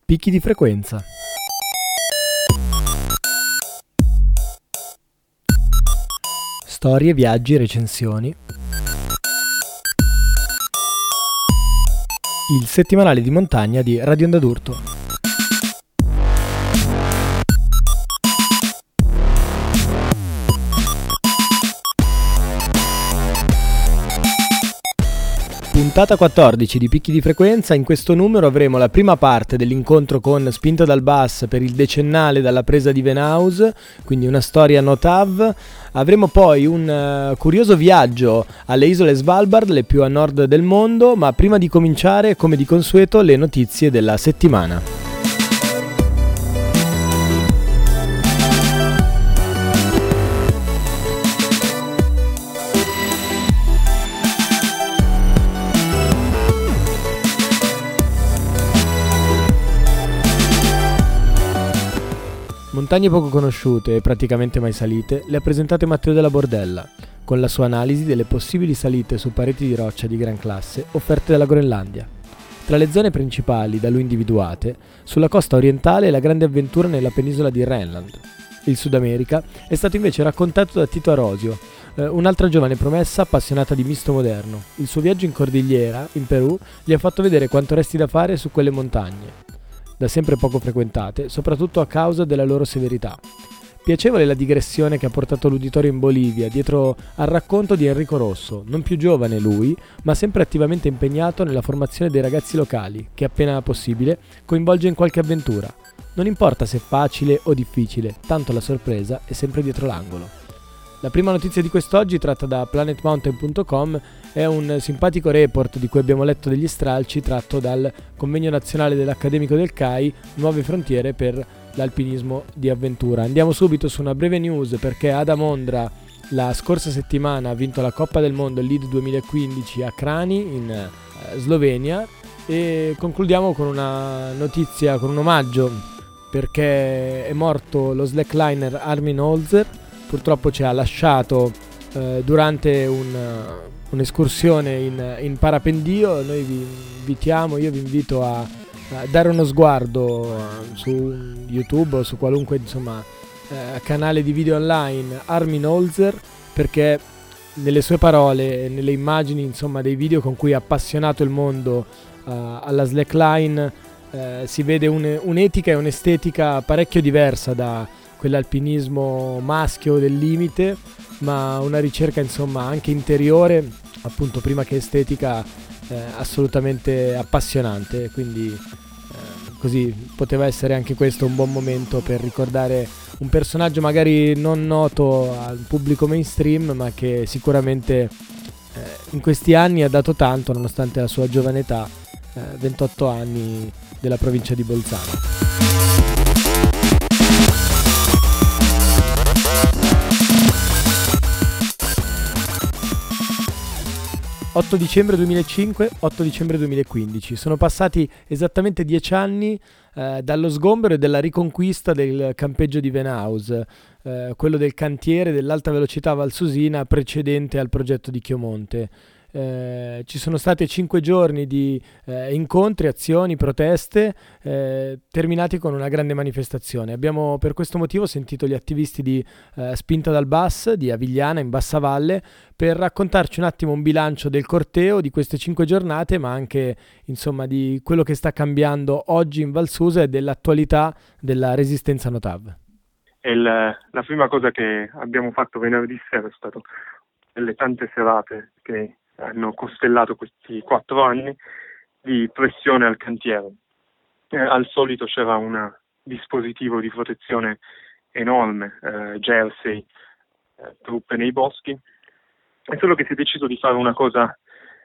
Picchi di frequenza. Storie, viaggi, recensioni. Il settimanale di montagna di Radio Onda d'Urto. Puntata 14 di Picchi di frequenza. In questo numero avremo la prima parte dell'incontro con Spinta dal Bus per il decennale dalla presa di Venaus, quindi una storia NOTAV. Avremo poi un curioso viaggio alle isole Svalbard, le più a nord del mondo, ma prima di cominciare, come di consueto, le notizie della settimana. Montagne poco conosciute e praticamente mai salite le ha presentate Matteo Della Bordella, con la sua analisi delle possibili salite su pareti di roccia di gran classe offerte dalla Groenlandia. Tra le zone principali da lui individuate, sulla costa orientale la grande avventura nella penisola di Rhineland. Il Sud America è stato invece raccontato da Tito Arosio, un'altra giovane promessa appassionata di misto moderno. Il suo viaggio in Cordigliera, in Perù, gli ha fatto vedere quanto resti da fare su quelle montagne, da sempre poco frequentate, soprattutto a causa della loro severità. Piacevole la digressione che ha portato l'uditorio in Bolivia, dietro al racconto di Enrico Rosso, non più giovane lui, ma sempre attivamente impegnato nella formazione dei ragazzi locali, che appena possibile coinvolge in qualche avventura. Non importa se facile o difficile, tanto la sorpresa è sempre dietro l'angolo. La prima notizia di quest'oggi, tratta da planetmountain.com, è un simpatico report di cui abbiamo letto degli stralci tratto dal convegno nazionale dell'Accademico del CAI, Nuove frontiere per l'alpinismo di avventura. Andiamo subito su una breve news, perché Adam Ondra la scorsa settimana ha vinto la Coppa del Mondo Lead 2015 a Krani in Slovenia, e concludiamo con una notizia, con un omaggio, perché è morto lo slackliner Armin Holzer. Purtroppo ci ha lasciato durante un'escursione in parapendio. Noi io vi invito a dare uno sguardo su YouTube o su qualunque canale di video online Armin Holzer, perché nelle sue parole e nelle immagini dei video con cui ha appassionato il mondo alla slackline si vede un'etica e un'estetica parecchio diversa da quell'alpinismo maschio del limite, ma una ricerca anche interiore, appunto prima che estetica, assolutamente appassionante. Quindi così poteva essere anche questo un buon momento per ricordare un personaggio magari non noto al pubblico mainstream, ma che sicuramente in questi anni ha dato tanto, nonostante la sua giovane età, 28 anni, della provincia di Bolzano. 8 dicembre 2005, 8 dicembre 2015. Sono passati esattamente 10 anni dallo sgombero e dalla riconquista del campeggio di Venaus, quello del cantiere dell'alta velocità valsusina precedente al progetto di Chiomonte. Ci sono stati 5 giorni di incontri, azioni, proteste, terminati con una grande manifestazione. Abbiamo per questo motivo sentito gli attivisti di Spinta dal Bus di Avigliana in Bassavalle per raccontarci un attimo un bilancio del corteo di queste 5 giornate, ma anche di quello che sta cambiando oggi in Val Susa e dell'attualità della resistenza NOTAV. La prima cosa che abbiamo fatto venerdì sera è stato delle tante serate che hanno costellato questi 4 anni di pressione al cantiere. Al solito c'era un dispositivo di protezione enorme, jersey, truppe nei boschi. È solo che si è deciso di fare una cosa,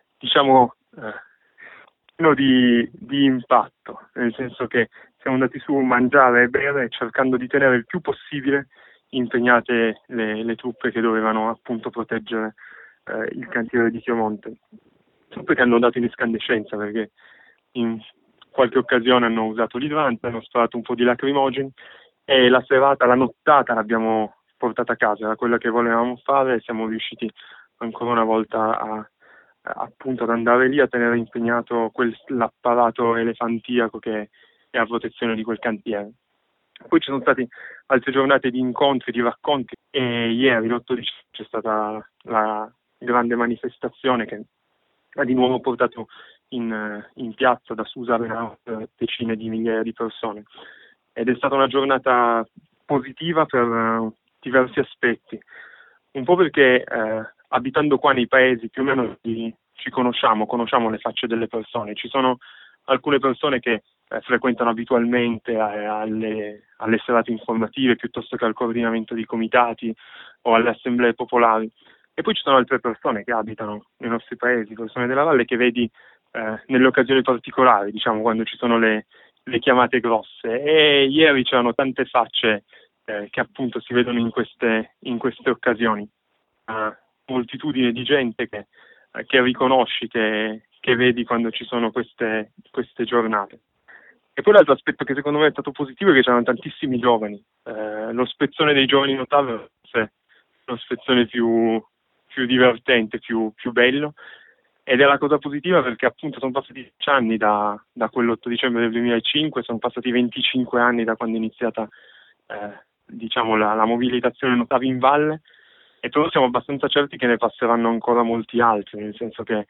di impatto, nel senso che siamo andati su a mangiare e bere, cercando di tenere il più possibile impegnate le truppe che dovevano appunto proteggere il cantiere di Chiomonte. Truppe che hanno dato in escandescenza, perché in qualche occasione hanno usato l'idrante, hanno sparato un po' di lacrimogeni, e la nottata l'abbiamo portata a casa, era quella che volevamo fare, e siamo riusciti ancora una volta appunto ad andare lì a tenere impegnato l'apparato elefantiaco che e a protezione di quel cantiere. Poi ci sono state altre giornate di incontri, di racconti, e ieri, l'8 dicembre, c'è stata la grande manifestazione che ha di nuovo portato in piazza da Susa a Renault decine di migliaia di persone. Ed è stata una giornata positiva per diversi aspetti. Un po' perché abitando qua nei paesi più o meno ci conosciamo le facce delle persone. Ci sono alcune persone che frequentano abitualmente alle serate informative piuttosto che al coordinamento di comitati o alle assemblee popolari. E poi ci sono altre persone che abitano nei nostri paesi, persone della valle, che vedi nelle occasioni particolari, diciamo quando ci sono le chiamate grosse. E ieri c'erano tante facce che appunto si vedono in queste occasioni. Moltitudine di gente che riconosci, che vedi quando ci sono queste giornate. E poi l'altro aspetto che secondo me è stato positivo è che c'erano tantissimi giovani. Lo spezzone dei giovani notava lo spezzone più divertente, più bello, ed è la cosa positiva perché appunto sono passati 10 anni da quell'8 dicembre del 2005, sono passati 25 anni da quando è iniziata diciamo la mobilitazione Notavi in valle, e però siamo abbastanza certi che ne passeranno ancora molti altri, nel senso che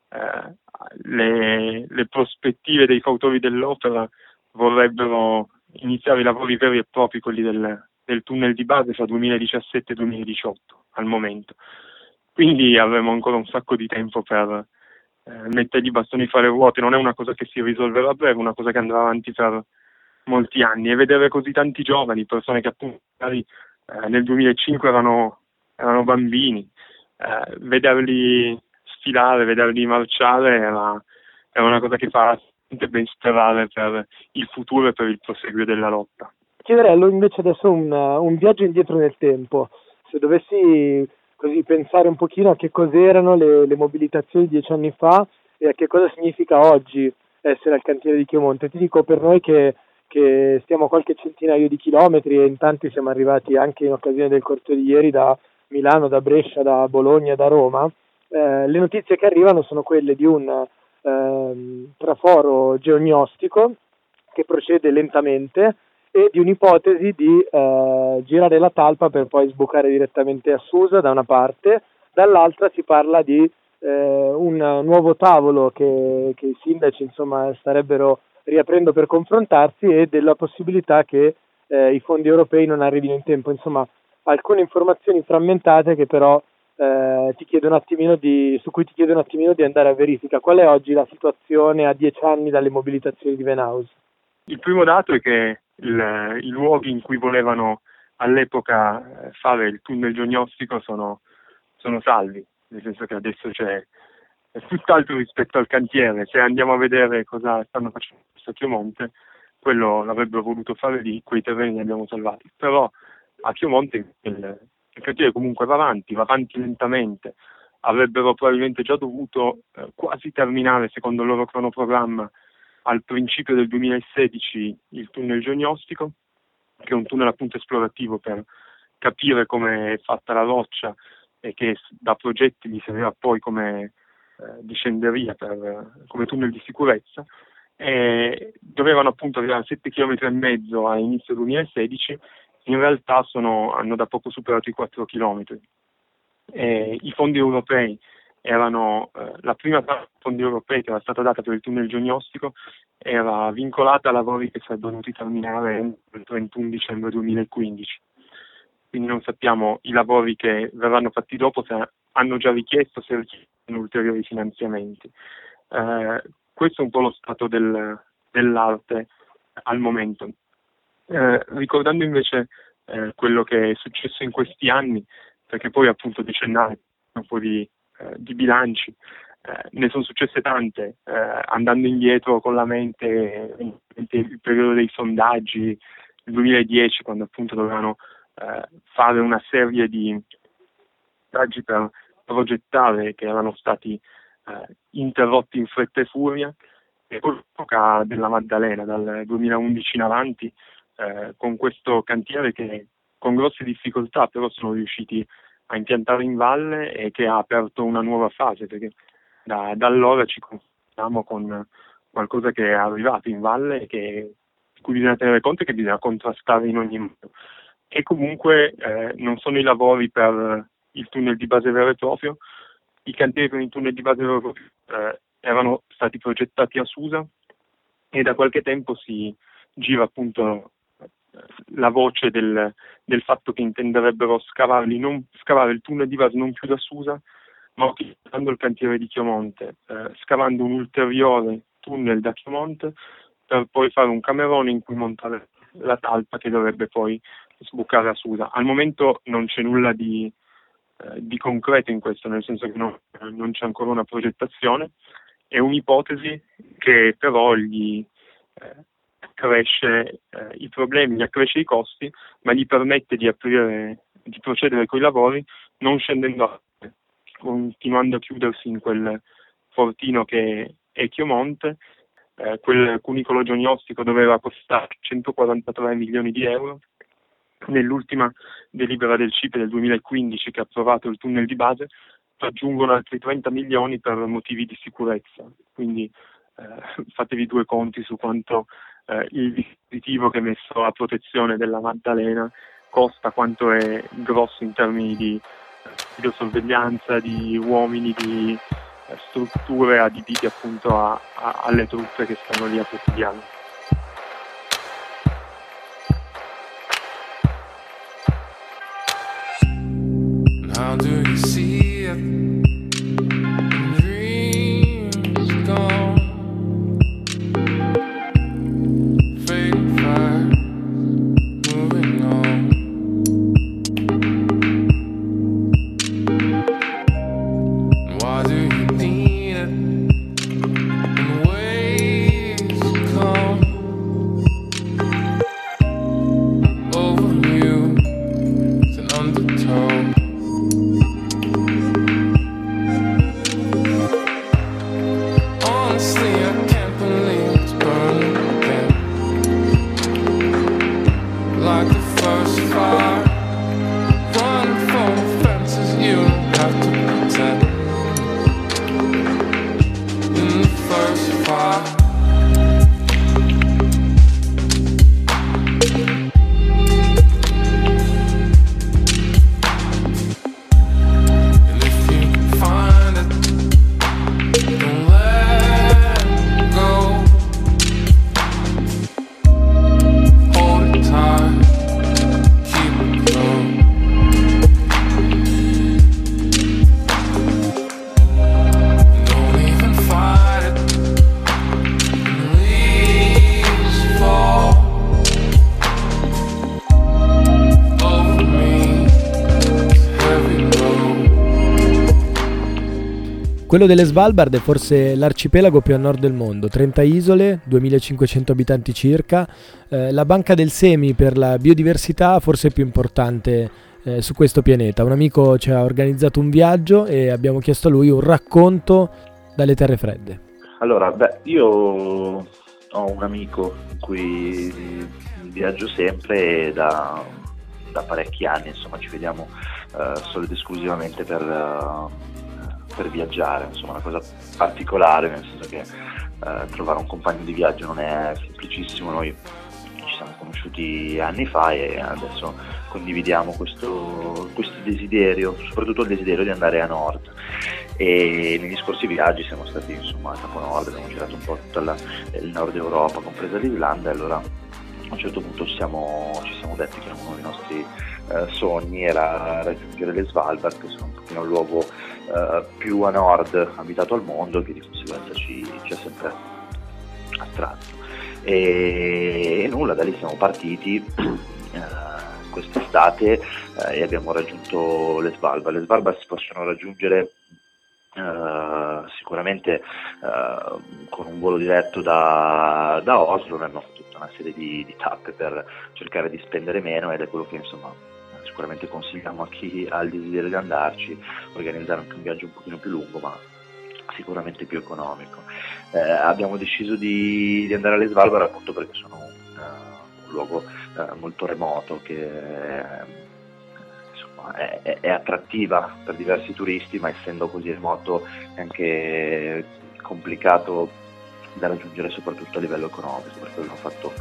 le prospettive dei fautori dell'opera vorrebbero iniziare i lavori veri e propri, quelli del tunnel di base, fra 2017 e 2018 al momento. Quindi avremo ancora un sacco di tempo per mettergli i bastoni fra le ruote. Non è una cosa che si risolverà a breve, è una cosa che andrà avanti per molti anni, e vedere così tanti giovani, persone che appunto magari nel 2005 erano bambini, vederli sfilare, vederli marciare è una cosa che fa ben sperare per il futuro e per il proseguio della lotta. Chiederei invece adesso un viaggio indietro nel tempo. Se dovessi così pensare un pochino a che cos'erano le mobilitazioni 10 anni fa e a che cosa significa oggi essere al cantiere di Chiomonte. Ti dico, per noi che stiamo a qualche centinaio di chilometri, e in tanti siamo arrivati anche in occasione del corso di ieri da Milano, da Brescia, da Bologna, da Roma, le notizie che arrivano sono quelle di un traforo geognostico che procede lentamente e di un'ipotesi di girare la talpa per poi sbucare direttamente a Susa da una parte, dall'altra si parla di un nuovo tavolo che i sindaci insomma starebbero riaprendo per confrontarsi, e della possibilità che i fondi europei non arrivino in tempo. Insomma, alcune informazioni frammentate che però su cui ti chiedo un attimino di andare a verifica. Qual è oggi la situazione a 10 anni dalle mobilitazioni di Venaus? Il primo dato è che i luoghi in cui volevano all'epoca fare il tunnel geognostico sono salvi, nel senso che adesso c'è tutt'altro rispetto al cantiere. Se andiamo a vedere cosa stanno facendo a Chiomonte, quello l'avrebbero voluto fare lì, quei terreni li abbiamo salvati. Però a Chiomonte il cantiere comunque va avanti lentamente. Avrebbero probabilmente già dovuto quasi terminare, secondo il loro cronoprogramma, al principio del 2016 il tunnel geognostico, che è un tunnel appunto esplorativo per capire come è fatta la roccia e che da progetti gli servirà poi come discenderia, come tunnel di sicurezza. E dovevano appunto arrivare a 7,5 km a inizio 2016, in realtà hanno da poco superato i 4 km. I fondi europei erano la prima parte dei fondi europei che era stata data per il tunnel geognostico era vincolata a lavori che sarebbero dovuti terminare il 31 dicembre 2015. Quindi non sappiamo i lavori che verranno fatti dopo, se hanno già richiesto, se richiedono ulteriori finanziamenti. Questo è un po' lo stato dell'arte al momento. Ricordando invece quello che è successo in questi anni, perché poi appunto decennali un po' di bilanci, ne sono successe tante, andando indietro con la mente il periodo dei sondaggi, il 2010, quando appunto dovevano fare una serie di sondaggi per progettare, che erano stati interrotti in fretta e furia, e poi l'epoca della Maddalena, dal 2011 in avanti, con questo cantiere che con grosse difficoltà però sono riusciti a impiantare in valle, e che ha aperto una nuova fase, perché da allora ci confrontiamo con qualcosa che è arrivato in valle e che cui bisogna tenere conto e che bisogna contrastare in ogni modo. E comunque non sono i lavori per il tunnel di base vero e proprio. I cantieri per il tunnel di base vero e proprio erano stati progettati a Susa, e da qualche tempo si gira appunto la voce del fatto che intenderebbero scavare il tunnel di base non più da Susa, ma utilizzando il cantiere di Chiomonte, scavando un ulteriore tunnel da Chiomonte per poi fare un camerone in cui montare la talpa che dovrebbe poi sbucare a Susa. Al momento non c'è nulla di concreto in questo, nel senso che non c'è ancora una progettazione. È un'ipotesi che però gli accresce i problemi, gli accresce i costi, ma gli permette di procedere con i lavori non scendendo a terra, continuando a chiudersi in quel fortino che è Chiomonte. Quel cunicolo geognostico doveva costare 143 milioni di euro. Nell'ultima delibera del CIPE del 2015, che ha approvato il tunnel di base, aggiungono altri 30 milioni per motivi di sicurezza. Quindi fatevi due conti su quanto il dispositivo che è messo a protezione della Maddalena costa, quanto è grosso in termini di videosorveglianza, di uomini, di strutture adibite appunto alle truppe che stanno lì a quotidiano. How do you see it? Dreams gone, fading fast, moving on. Why do you need it? And waves come over you, it's an undertow. Honestly, I can't believe it's burning again, like the first fire. Run for the fences, you don't have to pretend. In the first fire, and if you can find it, don't let go. Hold it tight, keep it close. Don't even fight it. When the leaves fall over me, it's a heavy load. Quello delle Svalbard è forse l'arcipelago più a nord del mondo, 30 isole, 2500 abitanti circa, la banca del semi per la biodiversità forse più importante su questo pianeta. Un amico ci ha organizzato un viaggio e abbiamo chiesto a lui un racconto dalle terre fredde. Allora, io ho un amico con cui viaggio sempre da parecchi anni, insomma ci vediamo solo ed esclusivamente per viaggiare, insomma una cosa particolare, nel senso che trovare un compagno di viaggio non è semplicissimo. Noi ci siamo conosciuti anni fa e adesso condividiamo questo desiderio, soprattutto il desiderio di andare a nord, e negli scorsi viaggi siamo stati insomma a Capo Nord, abbiamo girato un po' tutta il nord Europa, compresa l'Irlanda, e allora a un certo punto ci siamo detti che uno dei nostri sogni era raggiungere le Svalbard, che sono un pochino il luogo più a nord abitato al mondo, che di conseguenza ci ha sempre attratto. E nulla, da lì siamo partiti quest'estate e abbiamo raggiunto le Svalbard. Le Svalbard si possono raggiungere sicuramente con un volo diretto da Oslo. Noi abbiamo fatto tutta una serie di tappe per cercare di spendere meno, ed è quello che insomma sicuramente consigliamo a chi ha il desiderio di andarci, organizzare anche un viaggio un pochino più lungo ma sicuramente più economico. Abbiamo deciso di andare alle Svalbard appunto perché sono un luogo molto remoto, che insomma è attrattiva per diversi turisti, ma essendo così remoto è anche complicato da raggiungere soprattutto a livello economico, perché abbiamo fatto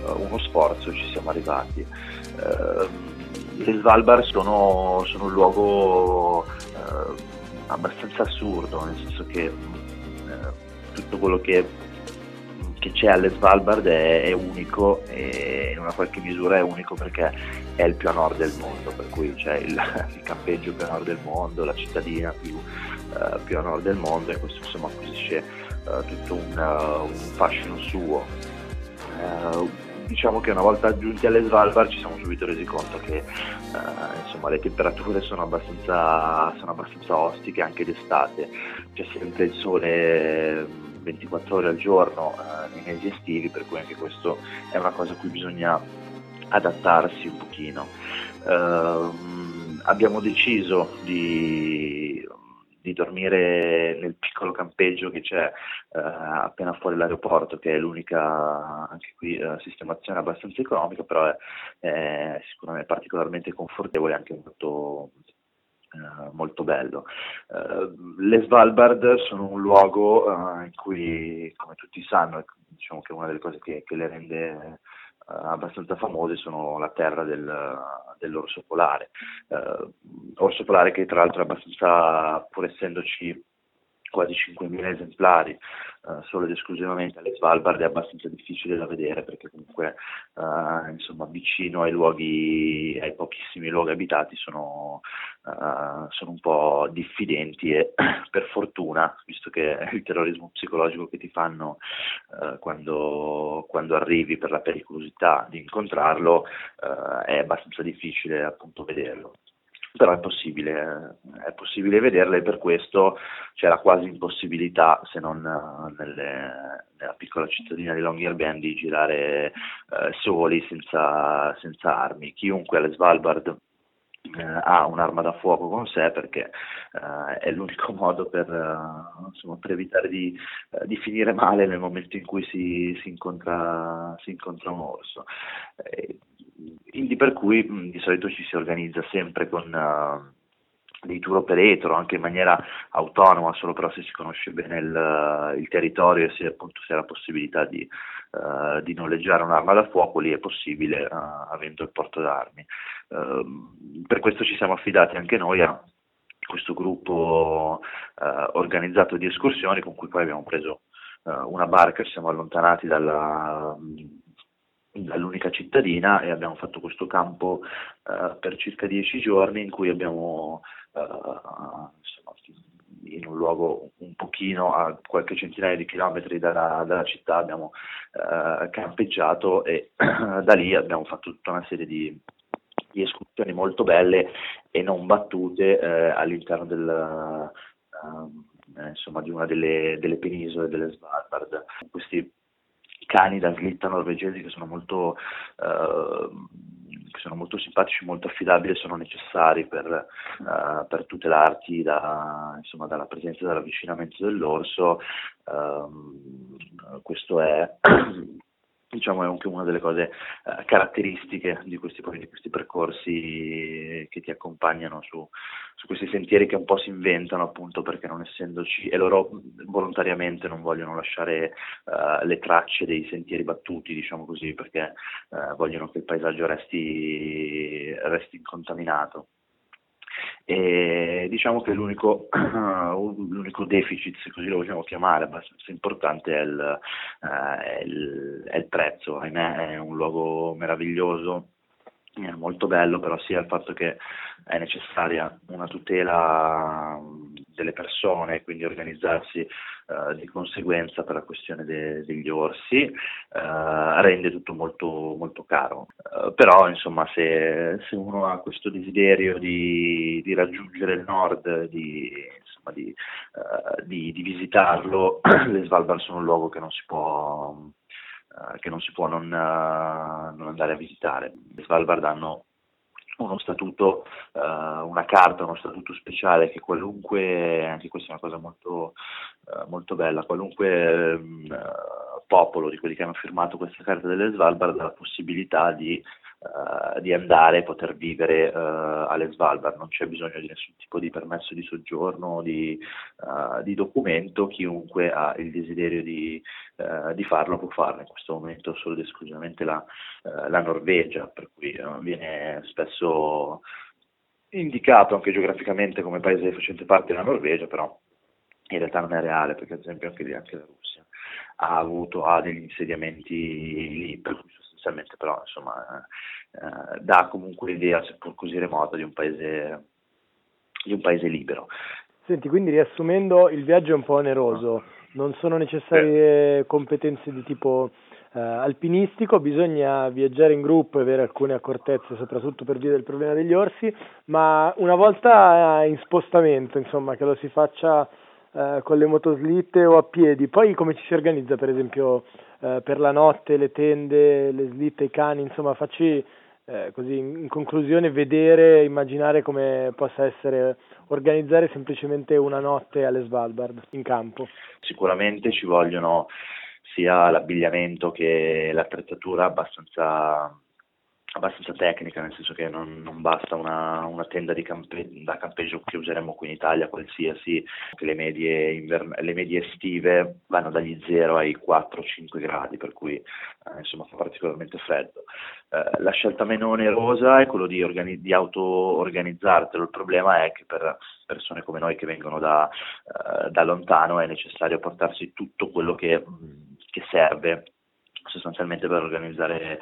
uno sforzo ci siamo arrivati. Le Svalbard sono un luogo abbastanza assurdo, nel senso che tutto quello che c'è alle Svalbard è unico, e in una qualche misura è unico perché è il più a nord del mondo, per cui c'è il campeggio più a nord del mondo, la cittadina più a nord del mondo, e questo insomma acquisisce tutto un fascino suo. Diciamo che una volta giunti alle Svalbard ci siamo subito resi conto che insomma le temperature sono abbastanza ostiche anche d'estate, c'è sempre il sole 24 ore al giorno nei mesi estivi, per cui anche questo è una cosa a cui bisogna adattarsi un pochino. Abbiamo deciso di dormire nel piccolo campeggio che c'è appena fuori l'aeroporto, che è l'unica, anche qui, sistemazione abbastanza economica, però è sicuramente particolarmente confortevole e anche molto bello. Le Svalbard sono un luogo in cui, come tutti sanno, diciamo che una delle cose che le rende abbastanza famose sono la terra dell'orso polare. Orso polare che tra l'altro è abbastanza, pur essendoci quasi 5.000 esemplari solo ed esclusivamente alle Svalbard, è abbastanza difficile da vedere, perché comunque insomma vicino ai pochissimi luoghi abitati sono un po' diffidenti, e per fortuna, visto che il terrorismo psicologico che ti fanno quando arrivi per la pericolosità di incontrarlo, è abbastanza difficile appunto vederlo. Però è possibile vederla, e per questo c'è la quasi impossibilità, se non nella piccola cittadina di Longyearbyen, di girare soli, senza armi. Chiunque alle Svalbard ha un'arma da fuoco con sé, perché è l'unico modo per evitare di finire male nel momento in cui si incontra un orso. Quindi per cui di solito ci si organizza sempre con dei tour operator, anche in maniera autonoma, solo però se si conosce bene il territorio, e se appunto si ha la possibilità di noleggiare un'arma da fuoco, lì è possibile, avendo il porto d'armi. Per questo ci siamo affidati anche noi a questo gruppo organizzato di escursioni, con cui poi abbiamo preso una barca, ci siamo allontanati dall'unica cittadina, e abbiamo fatto questo campo per circa 10 giorni, in cui abbiamo in un luogo un pochino a qualche centinaia di chilometri dalla città abbiamo campeggiato, e da lì abbiamo fatto tutta una serie di escursioni molto belle e non battute all'interno di una delle penisole delle Svalbard. Questi cani da slitta norvegesi che sono molto simpatici, molto affidabili, e sono necessari per tutelarti dalla presenza e dall'avvicinamento dell'orso. Questo è diciamo è anche una delle cose caratteristiche di questi percorsi che ti accompagnano su questi sentieri, che un po' si inventano, appunto perché non essendoci, e loro volontariamente non vogliono lasciare le tracce dei sentieri battuti, diciamo così, perché vogliono che il paesaggio resti incontaminato. E diciamo che l'unico deficit, se così lo vogliamo chiamare, abbastanza importante è il prezzo. Ahimè, è un luogo meraviglioso, è molto bello, però sia il fatto che è necessaria una tutela delle persone, quindi organizzarsi di conseguenza per la questione degli orsi, rende tutto molto, molto caro. Però insomma, se uno ha questo desiderio di raggiungere il nord, di visitarlo, le Svalbard sono un luogo che non si può non andare a visitare. Le Svalbard hanno uno statuto, una carta, uno statuto speciale, che qualunque, anche questa è una cosa molto, molto bella, qualunque popolo di quelli che hanno firmato questa carta delle Svalbard ha la possibilità di di andare e poter vivere alle Svalbard. Non c'è bisogno di nessun tipo di permesso di soggiorno, di documento. Chiunque ha il desiderio di farlo può farlo. In questo momento solo ed esclusivamente la Norvegia, per cui viene spesso indicato anche geograficamente come paese facente parte della Norvegia, però in realtà non è reale, perché ad esempio anche la Russia ha degli insediamenti lì, per cui sostanzialmente però insomma dà comunque l'idea, seppur così remota, di un paese libero. Senti, quindi riassumendo, il viaggio è un po' oneroso, non sono necessarie competenze di tipo alpinistico, bisogna viaggiare in gruppo e avere alcune accortezze, soprattutto per via del problema degli orsi, ma una volta in spostamento, insomma, che lo si faccia con le motoslitte o a piedi, poi come ci si organizza, per esempio per la notte, le tende, le slitte, i cani, insomma, facci così in conclusione vedere, immaginare come possa essere organizzare semplicemente una notte alle Svalbard in campo. Sicuramente ci vogliono sia l'abbigliamento che l'attrezzatura abbastanza tecnica, nel senso che non basta una tenda da campeggio che useremo qui in Italia qualsiasi, che le medie estive vanno dagli 0 ai 4-5 gradi, per cui insomma fa particolarmente freddo. La scelta meno onerosa è quello di auto-organizzartelo. Il problema è che per persone come noi che vengono da lontano è necessario portarsi tutto quello che serve sostanzialmente per organizzare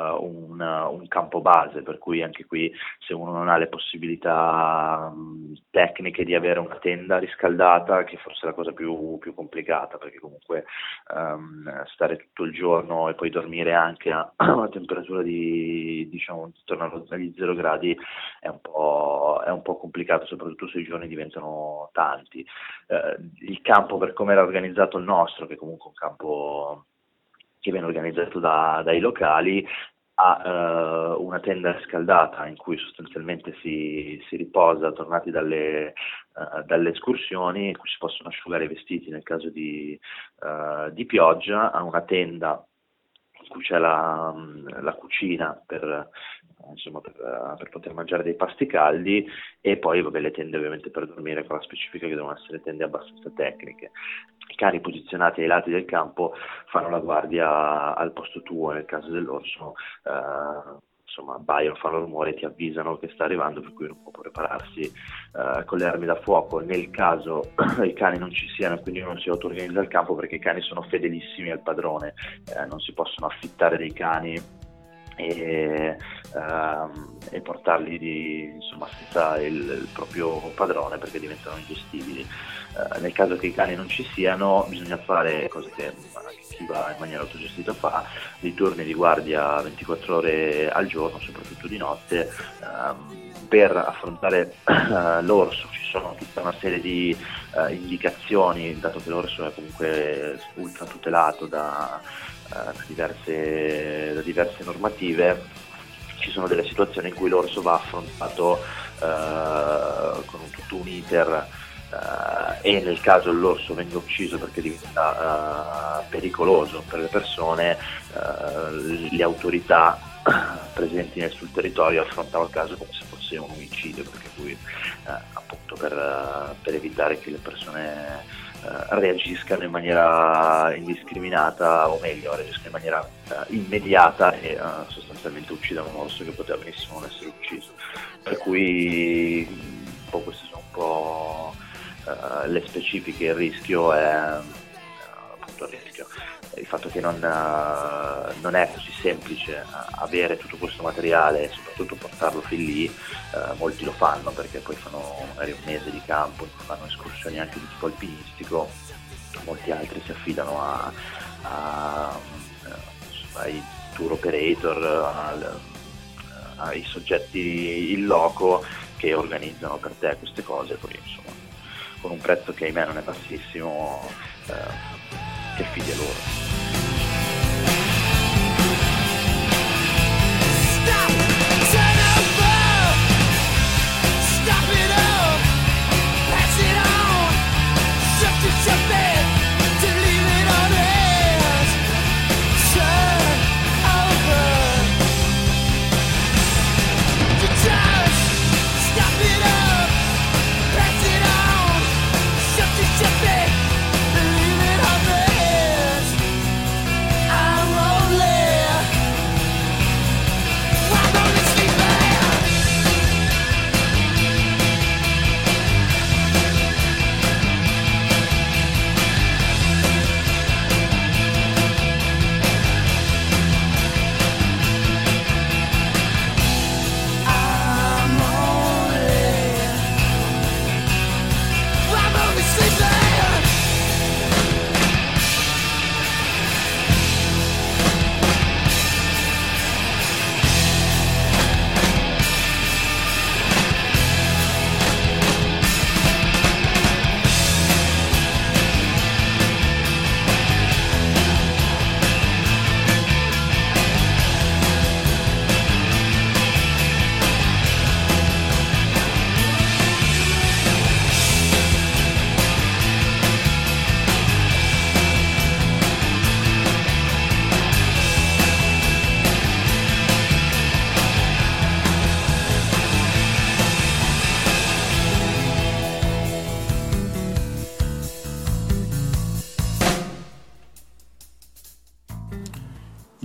un campo base, per cui anche qui, se uno non ha le possibilità tecniche di avere una tenda riscaldata, che forse è la cosa più complicata, perché comunque stare tutto il giorno e poi dormire anche a una temperatura di intorno agli 0 gradi è un po' complicato, soprattutto se i giorni diventano tanti. Il campo, per come era organizzato il nostro, che è comunque un campo che viene organizzato dai locali, ha una tenda riscaldata in cui sostanzialmente si riposa tornati dalle escursioni, in cui si possono asciugare i vestiti nel caso di pioggia. Ha una tenda in cui c'è la cucina per poter mangiare dei pasti caldi, e poi le tende ovviamente per dormire, con la specifica che devono essere tende abbastanza tecniche. I cani posizionati ai lati del campo fanno la guardia al posto tuo, nel caso dell'orso abbaiano, fanno rumore e ti avvisano che sta arrivando, per cui uno può prepararsi con le armi da fuoco nel caso i cani non ci siano, quindi non si auto-organizza il campo, perché i cani sono fedelissimi al padrone, non si possono affittare dei cani e portarli senza il proprio padrone, perché diventano ingestibili. Nel caso che i cani non ci siano, bisogna fare cose che chi va in maniera autogestita fa, dei turni di guardia 24 ore al giorno, soprattutto di notte. Per affrontare l'orso ci sono tutta una serie di indicazioni, dato che l'orso è comunque ultra tutelato da diverse normative. Ci sono delle situazioni in cui l'orso va affrontato con tutto un iter, e nel caso l'orso venga ucciso perché diventa pericoloso per le persone, le autorità presenti sul territorio affrontano il caso come se fosse un omicidio, perché poi appunto per evitare che le persone reagiscano in maniera indiscriminata, o meglio reagiscano in maniera immediata e sostanzialmente uccidano un orso che poteva benissimo non essere ucciso. Per cui queste sono un po' le specifiche. Il rischio è appunto il rischio. Il fatto che non è così semplice avere tutto questo materiale e soprattutto portarlo fin lì. Molti lo fanno perché poi fanno magari un mese di campo, fanno escursioni anche di tipo alpinistico, molti altri si affidano ai tour operator, ai soggetti in loco che organizzano per te queste cose, poi insomma con un prezzo che ahimè non è bassissimo, che fidi a loro.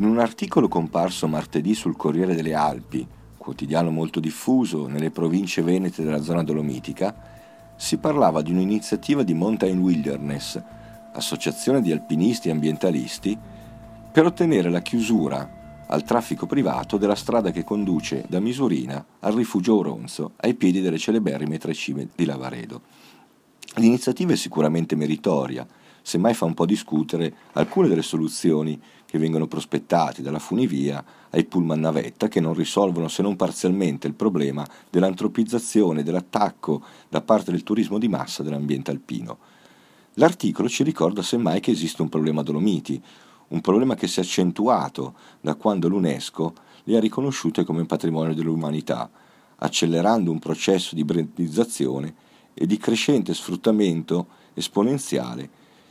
In un articolo comparso martedì sul Corriere delle Alpi, quotidiano molto diffuso nelle province venete della zona dolomitica, si parlava di un'iniziativa di Mountain Wilderness, associazione di alpinisti e ambientalisti, per ottenere la chiusura al traffico privato della strada che conduce da Misurina al rifugio Auronzo, ai piedi delle celeberrime Tre Cime di Lavaredo. L'iniziativa è sicuramente meritoria, semmai fa un po' discutere alcune delle soluzioni che vengono prospettate, dalla funivia ai pullman navetta, che non risolvono se non parzialmente il problema dell'antropizzazione e dell'attacco da parte del turismo di massa dell'ambiente alpino. L'articolo ci ricorda semmai che esiste un problema Dolomiti, un problema che si è accentuato da quando l'UNESCO le ha riconosciute come patrimonio dell'umanità, accelerando un processo di brandizzazione e di crescente sfruttamento esponenziale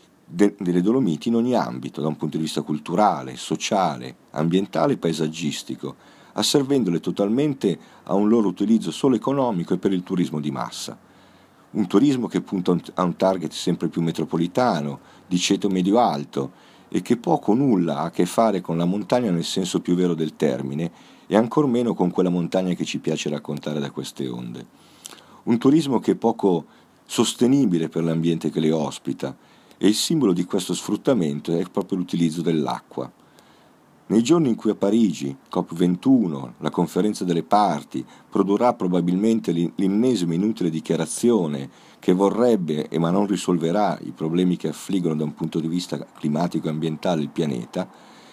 delle Dolomiti in ogni ambito, da un punto di vista culturale, sociale, ambientale e paesaggistico, asservendole totalmente a un loro utilizzo solo economico e per il turismo di massa. Un turismo che punta a un target sempre più metropolitano, di ceto medio-alto, e che poco o nulla ha a che fare con la montagna nel senso più vero del termine, e ancor meno con quella montagna che ci piace raccontare da queste onde. Un turismo che è poco sostenibile per l'ambiente che le ospita, e il simbolo di questo sfruttamento è proprio l'utilizzo dell'acqua. Nei giorni in cui a Parigi, COP21, la conferenza delle parti, produrrà probabilmente l'ennesima inutile dichiarazione che vorrebbe, ma non risolverà, i problemi che affliggono da un punto di vista climatico e ambientale il pianeta,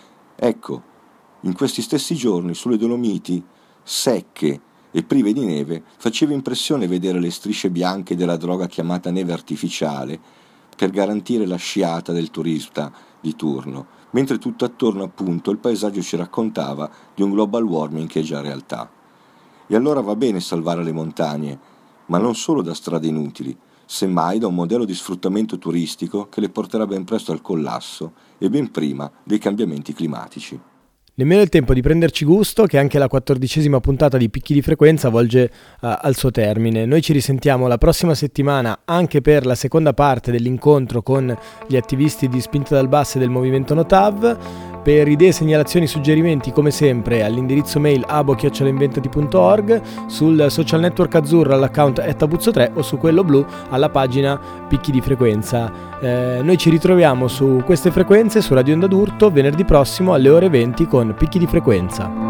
ecco, in questi stessi giorni sulle Dolomiti, secche e prive di neve, faceva impressione vedere le strisce bianche della droga chiamata neve artificiale per garantire la sciata del turista di turno, mentre tutto attorno appunto il paesaggio ci raccontava di un global warming che è già realtà. E allora va bene salvare le montagne, ma non solo da strade inutili, semmai da un modello di sfruttamento turistico che le porterà ben presto al collasso e ben prima dei cambiamenti climatici. Nemmeno il tempo di prenderci gusto che anche la 14ª puntata di Picchi di Frequenza volge al suo termine. Noi ci risentiamo la prossima settimana anche per la seconda parte dell'incontro con gli attivisti di Spinta dal Basso e del movimento Notav. Per idee, segnalazioni, suggerimenti, come sempre, all'indirizzo mail abo@inventati.org, sul social network azzurro all'account @tabuzzo3 o su quello blu alla pagina Picchi di Frequenza. Noi ci ritroviamo su queste frequenze, su Radio Onda d'Urto, venerdì prossimo alle ore 20 con Picchi di Frequenza.